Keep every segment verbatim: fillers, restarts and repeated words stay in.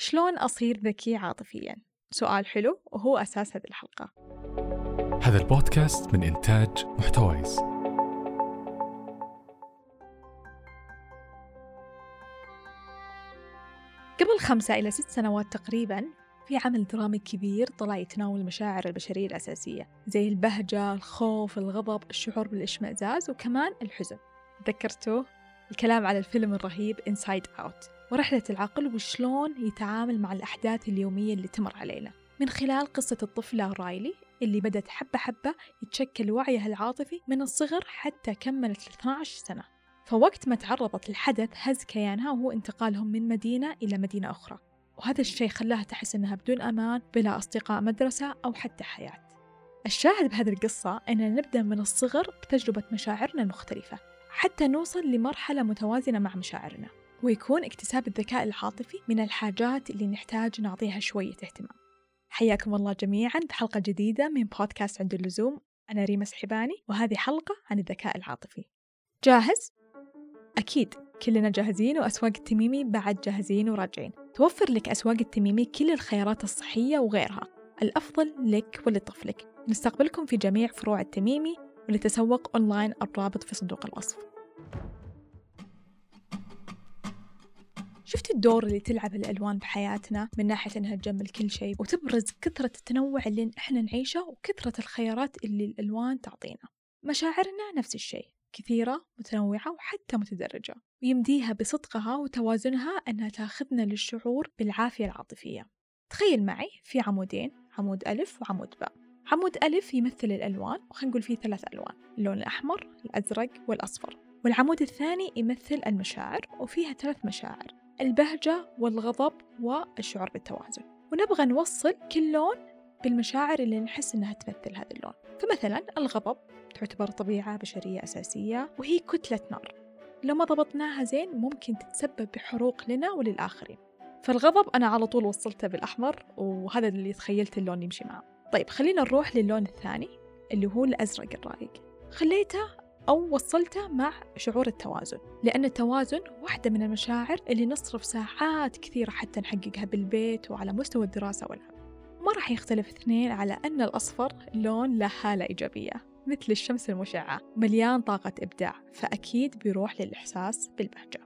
شلون أصير ذكي عاطفياً؟ سؤال حلو وهو أساس هذه الحلقة. هذا البودكاست من إنتاج محتويس. قبل خمسة إلى ست سنوات تقريباً في عمل درامي كبير طلع يتناول المشاعر البشرية الأساسية زي البهجة، الخوف، الغضب، الشعور بالإشمئزاز وكمان الحزن. ذكرتوه؟ الكلام على الفيلم الرهيب Inside Out ورحلة العقل وشلون يتعامل مع الأحداث اليومية اللي تمر علينا من خلال قصة الطفلة رايلي اللي بدت حبة حبة يتشكل وعيها العاطفي من الصغر حتى كملت اثنتي عشرة سنة. فوقت ما تعرضت للحدث هز كيانها وهو انتقالهم من مدينة إلى مدينة أخرى، وهذا الشيء خلاها تحس أنها بدون أمان، بلا أصدقاء مدرسة أو حتى حياة. الشاهد بهذه القصة أننا نبدأ من الصغر بتجربة مشاعرنا المختلفة حتى نوصل لمرحلة متوازنة مع مشاعرنا، ويكون اكتساب الذكاء العاطفي من الحاجات اللي نحتاج نعطيها شوية اهتمام. حياكم الله جميعاً بحلقة جديدة من بودكاست عند اللزوم. أنا ريما سحباني وهذه حلقة عن الذكاء العاطفي. جاهز؟ أكيد كلنا جاهزين، وأسواق التميمي بعد جاهزين وراجعين. توفر لك أسواق التميمي كل الخيارات الصحية وغيرها الأفضل لك ولطفلك. نستقبلكم في جميع فروع التميمي، ولتسوق أونلاين الرابط في صندوق الوصف. شفت الدور اللي تلعب الألوان بحياتنا من ناحية أنها تجمل كل شيء وتبرز كثرة التنوع اللي إحنا نعيشه وكثرة الخيارات اللي الألوان تعطينا؟ مشاعرنا نفس الشيء، كثيرة، متنوعة وحتى متدرجة، ويمديها بصدقها وتوازنها أنها تاخذنا للشعور بالعافية العاطفية. تخيل معي في عمودين، عمود ألف وعمود باء. عمود ألف يمثل الألوان، وخلينا نقول فيه ثلاث ألوان، اللون الأحمر، الأزرق والأصفر. والعمود الثاني يمثل المشاعر، وفيها ثلاث مشاعر: البهجة والغضب والشعور بالتوازن. ونبغى نوصل كل لون بالمشاعر اللي نحس أنها تمثل هذا اللون. فمثلا الغضب تعتبر طبيعة بشرية أساسية وهي كتلة نار، لو ما ضبطناها زين ممكن تتسبب بحروق لنا وللآخرين. فالغضب أنا على طول وصلته بالأحمر، وهذا اللي تخيلت اللون يمشي معه. طيب خلينا نروح للون الثاني اللي هو الأزرق الرايق. خليته أو وصلته مع شعور التوازن، لأن التوازن واحدة من المشاعر اللي نصرف ساعات كثيرة حتى نحققها بالبيت وعلى مستوى الدراسة والعمل. ما راح يختلف اثنين على أن الأصفر لون له حالة إيجابية مثل الشمس المشعة، مليان طاقة إبداع، فأكيد بيروح للإحساس بالبهجة.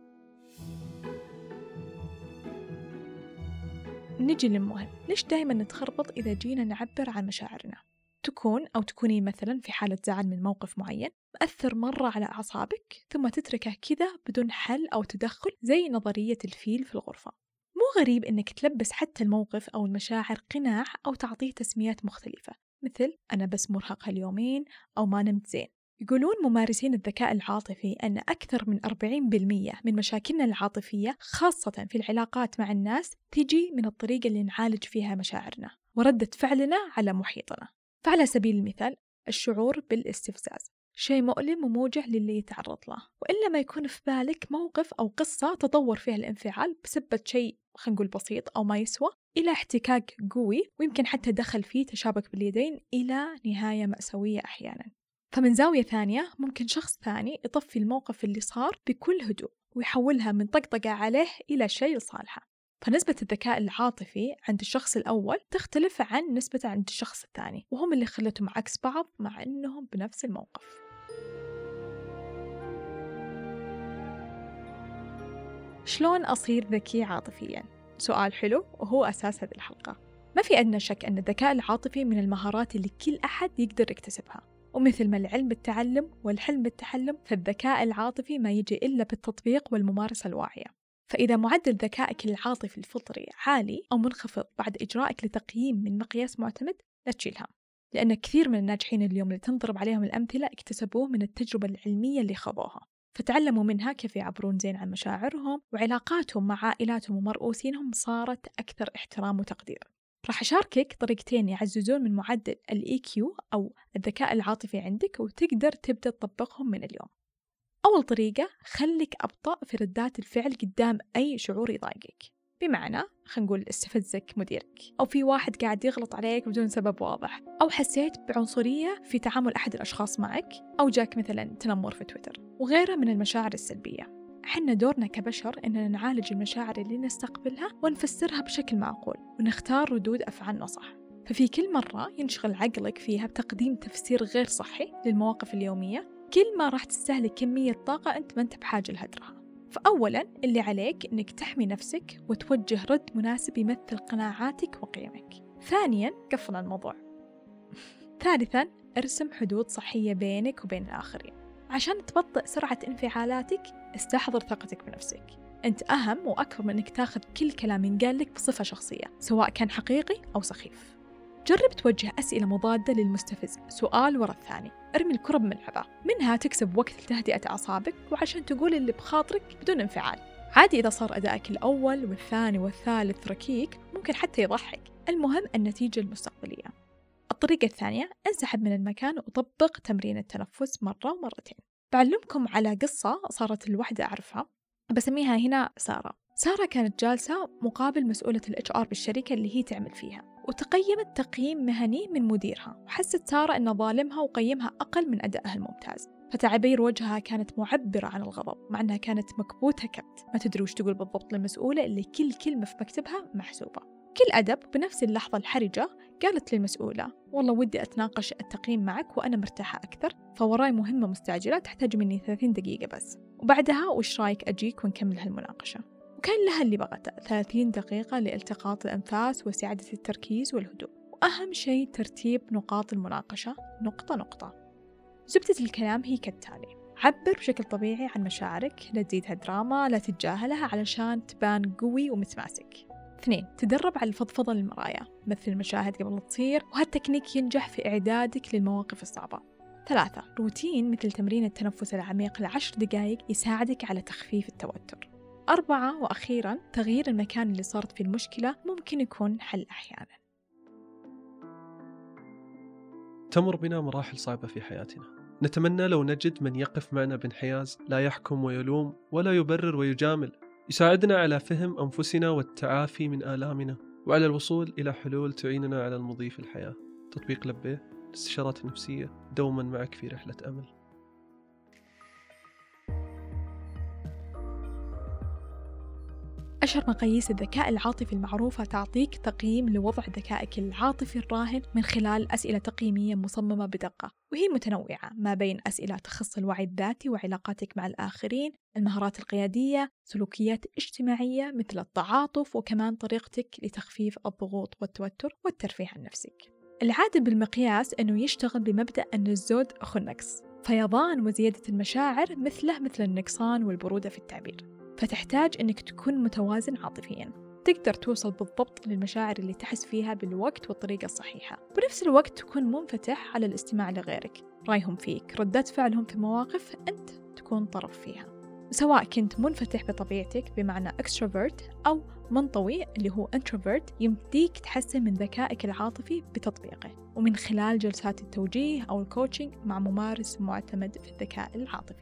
نجي للمهم، ليش دايما نتخربط إذا جينا نعبر عن مشاعرنا؟ تكون أو تكوني مثلا في حالة زعل من موقف معين مأثر مرة على أعصابك، ثم تتركه كذا بدون حل أو تدخل، زي نظرية الفيل في الغرفة. مو غريب إنك تلبس حتى الموقف أو المشاعر قناع أو تعطيه تسميات مختلفة، مثل أنا بس مرهق هاليومين أو ما نمت زين. يقولون ممارسين الذكاء العاطفي أن أكثر من أربعين بالمئة من مشاكلنا العاطفية خاصة في العلاقات مع الناس تجي من الطريقة اللي نعالج فيها مشاعرنا وردة فعلنا على محيطنا. فعلى سبيل المثال الشعور بالاستفزاز، شيء مؤلم وموجع للي يتعرض له، وإلا ما يكون في بالك موقف أو قصة تطور فيها الانفعال بسبب شيء خلينا نقول بسيط أو ما يسوى إلى احتكاك قوي، ويمكن حتى دخل فيه تشابك باليدين إلى نهاية مأساوية أحيانا. فمن زاوية ثانية ممكن شخص ثاني يطفي الموقف اللي صار بكل هدوء ويحولها من طقطقة عليه إلى شيء لصالحه. فنسبة الذكاء العاطفي عند الشخص الأول تختلف عن نسبته عند الشخص الثاني، وهم اللي خلتهم عكس بعض مع أنهم بنفس الموقف. شلون أصير ذكي عاطفياً؟ سؤال حلو وهو أساس هذه الحلقة. ما في أدنى شك أن الذكاء العاطفي من المهارات اللي كل أحد يقدر يكتسبها، ومثل ما العلم بالتعلم والحلم بالتحلم، فالذكاء العاطفي ما يجي إلا بالتطبيق والممارسة الواعية. فإذا معدل ذكائك العاطفي الفطري عالي أو منخفض بعد إجرائك لتقييم من مقياس معتمد، لا تشيل هم، لأن كثير من الناجحين اليوم اللي تنضرب عليهم الأمثلة اكتسبوه من التجربة العلمية اللي خضوها، فتعلموا منها كيف يعبرون زين عن مشاعرهم، وعلاقاتهم مع عائلاتهم ومرؤوسينهم صارت أكثر احترام وتقدير. راح أشاركك طريقتين يعززون من معدل ال إي كيو أو الذكاء العاطفي عندك، وتقدر تبدأ تطبقهم من اليوم. أول طريقة، خليك أبطأ في ردات الفعل قدام أي شعور يضايقك. بمعنى خلينا نقول استفزك مديرك، أو في واحد قاعد يغلط عليك بدون سبب واضح، أو حسيت بعنصرية في تعامل أحد الأشخاص معك، أو جاك مثلا تنمر في تويتر، وغيرها من المشاعر السلبية. حنا دورنا كبشر إننا نعالج المشاعر اللي نستقبلها ونفسرها بشكل معقول ونختار ردود أفعالنا صح. ففي كل مرة ينشغل عقلك فيها بتقديم تفسير غير صحي للمواقف اليومية، كل ما راح تستهلك كمية طاقة أنت ما أنت بحاجة لهدرها. فأولاً اللي عليك إنك تحمي نفسك وتوجه رد مناسب يمثل قناعاتك وقيمك. ثانياً قفل الموضوع. ثالثاً ارسم حدود صحية بينك وبين الآخرين. عشان تبطئ سرعة انفعالاتك استحضر ثقتك بنفسك. أنت أهم وأكبر من إنك تاخذ كل كلام ينقال لك بصفة شخصية سواء كان حقيقي أو سخيف. جرب توجه أسئلة مضادة للمستفز سؤال ورا الثاني. ارمي الكرة بملعبة، منها تكسب وقت لتهدئة أعصابك وعشان تقول اللي بخاطرك بدون انفعال. عادي إذا صار أدائك الأول والثاني والثالث ركيك، ممكن حتى يضحك، المهم النتيجة المستقبلية. الطريقة الثانية، انسحب من المكان وطبق تمرين التنفس مرة ومرتين. بعلمكم على قصة صارت الوحدة أعرفها، بسميها هنا سارة. سارة كانت جالسة مقابل مسؤولة الاتش ار بالشركة اللي هي تعمل فيها، وتقيمت تقييم مهني من مديرها، وحست سارة أنه ظالمها وقيمها أقل من أدائها الممتاز. فتعابير وجهها كانت معبرة عن الغضب مع أنها كانت مكبوتة كبت، ما تدري وش تقول بالضبط للمسؤولة اللي كل كلمة في مكتبها محسوبة. كل أدب بنفس اللحظة الحرجة قالت للمسؤولة والله ودي أتناقش التقييم معك وأنا مرتاحة أكثر، فوراي مهمة مستعجلة تحتاج مني ثلاثين دقيقة بس، وبعدها وش رايك أجيك ونكمل هالمناقشة. وكان لها اللي بغته ثلاثين دقيقة لالتقاط الأنفاس وسعادة التركيز والهدوء، وأهم شيء ترتيب نقاط المناقشة نقطة نقطة. زبدة الكلام هي كالتالي: عبر بشكل طبيعي عن مشاعرك، لا تزيدها دراما، لا تتجاهلها علشان تبان قوي ومتماسك. اثنين، تدرب على الفضفضة للمرايا، مثل المشاهد قبل لا تصير، وهالتكنيك ينجح في إعدادك للمواقف الصعبة. ثلاثة، روتين مثل تمرين التنفس العميق لعشر دقائق يساعدك على تخفيف التوتر. أربعة وأخيراً، تغيير المكان اللي صارت فيه المشكلة ممكن يكون حل أحياناً. تمر بنا مراحل صعبة في حياتنا، نتمنى لو نجد من يقف معنا بانحياز، لا يحكم ويلوم ولا يبرر ويجامل، يساعدنا على فهم أنفسنا والتعافي من آلامنا، وعلى الوصول إلى حلول تعيننا على المضي في الحياة. تطبيق لبيه، الاستشارات النفسية، دوما معك في رحلة أمل. أشهر مقاييس الذكاء العاطفي المعروفة تعطيك تقييم لوضع ذكائك العاطفي الراهن من خلال أسئلة تقييمية مصممة بدقة، وهي متنوعة ما بين أسئلة تخص الوعي الذاتي وعلاقاتك مع الآخرين، المهارات القيادية، سلوكيات اجتماعية مثل التعاطف، وكمان طريقتك لتخفيف الضغوط والتوتر والترفيه عن نفسك. العادل بالمقياس أنه يشتغل بمبدأ أن الزود أخو النقص، فيضان وزيادة المشاعر مثله مثل النقصان والبرودة في التعبير، فتحتاج أنك تكون متوازن عاطفياً، تقدر توصل بالضبط للمشاعر اللي تحس فيها بالوقت والطريقة الصحيحة، بنفس الوقت تكون منفتح على الاستماع لغيرك، رأيهم فيك، ردات فعلهم في مواقف أنت تكون طرف فيها. سواء كنت منفتح بطبيعتك بمعنى extrovert أو منطوي اللي هو introvert، يمديك تحسن من ذكائك العاطفي بتطبيقه ومن خلال جلسات التوجيه أو الكوتشنج مع ممارس معتمد في الذكاء العاطفي.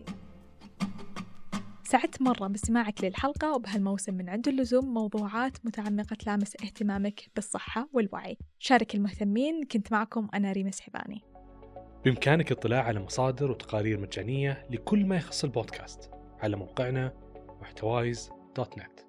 سعدت مرة باستماعك للحلقة، وبهالموسم من عند اللزوم موضوعات متعمقة تلامس اهتمامك بالصحة والوعي. شارك المهتمين، كنت معكم أنا ريما سحباني. بإمكانك الاطلاع على مصادر وتقارير مجانية لكل ما يخص البودكاست على موقعنا محتوايز دوت نت.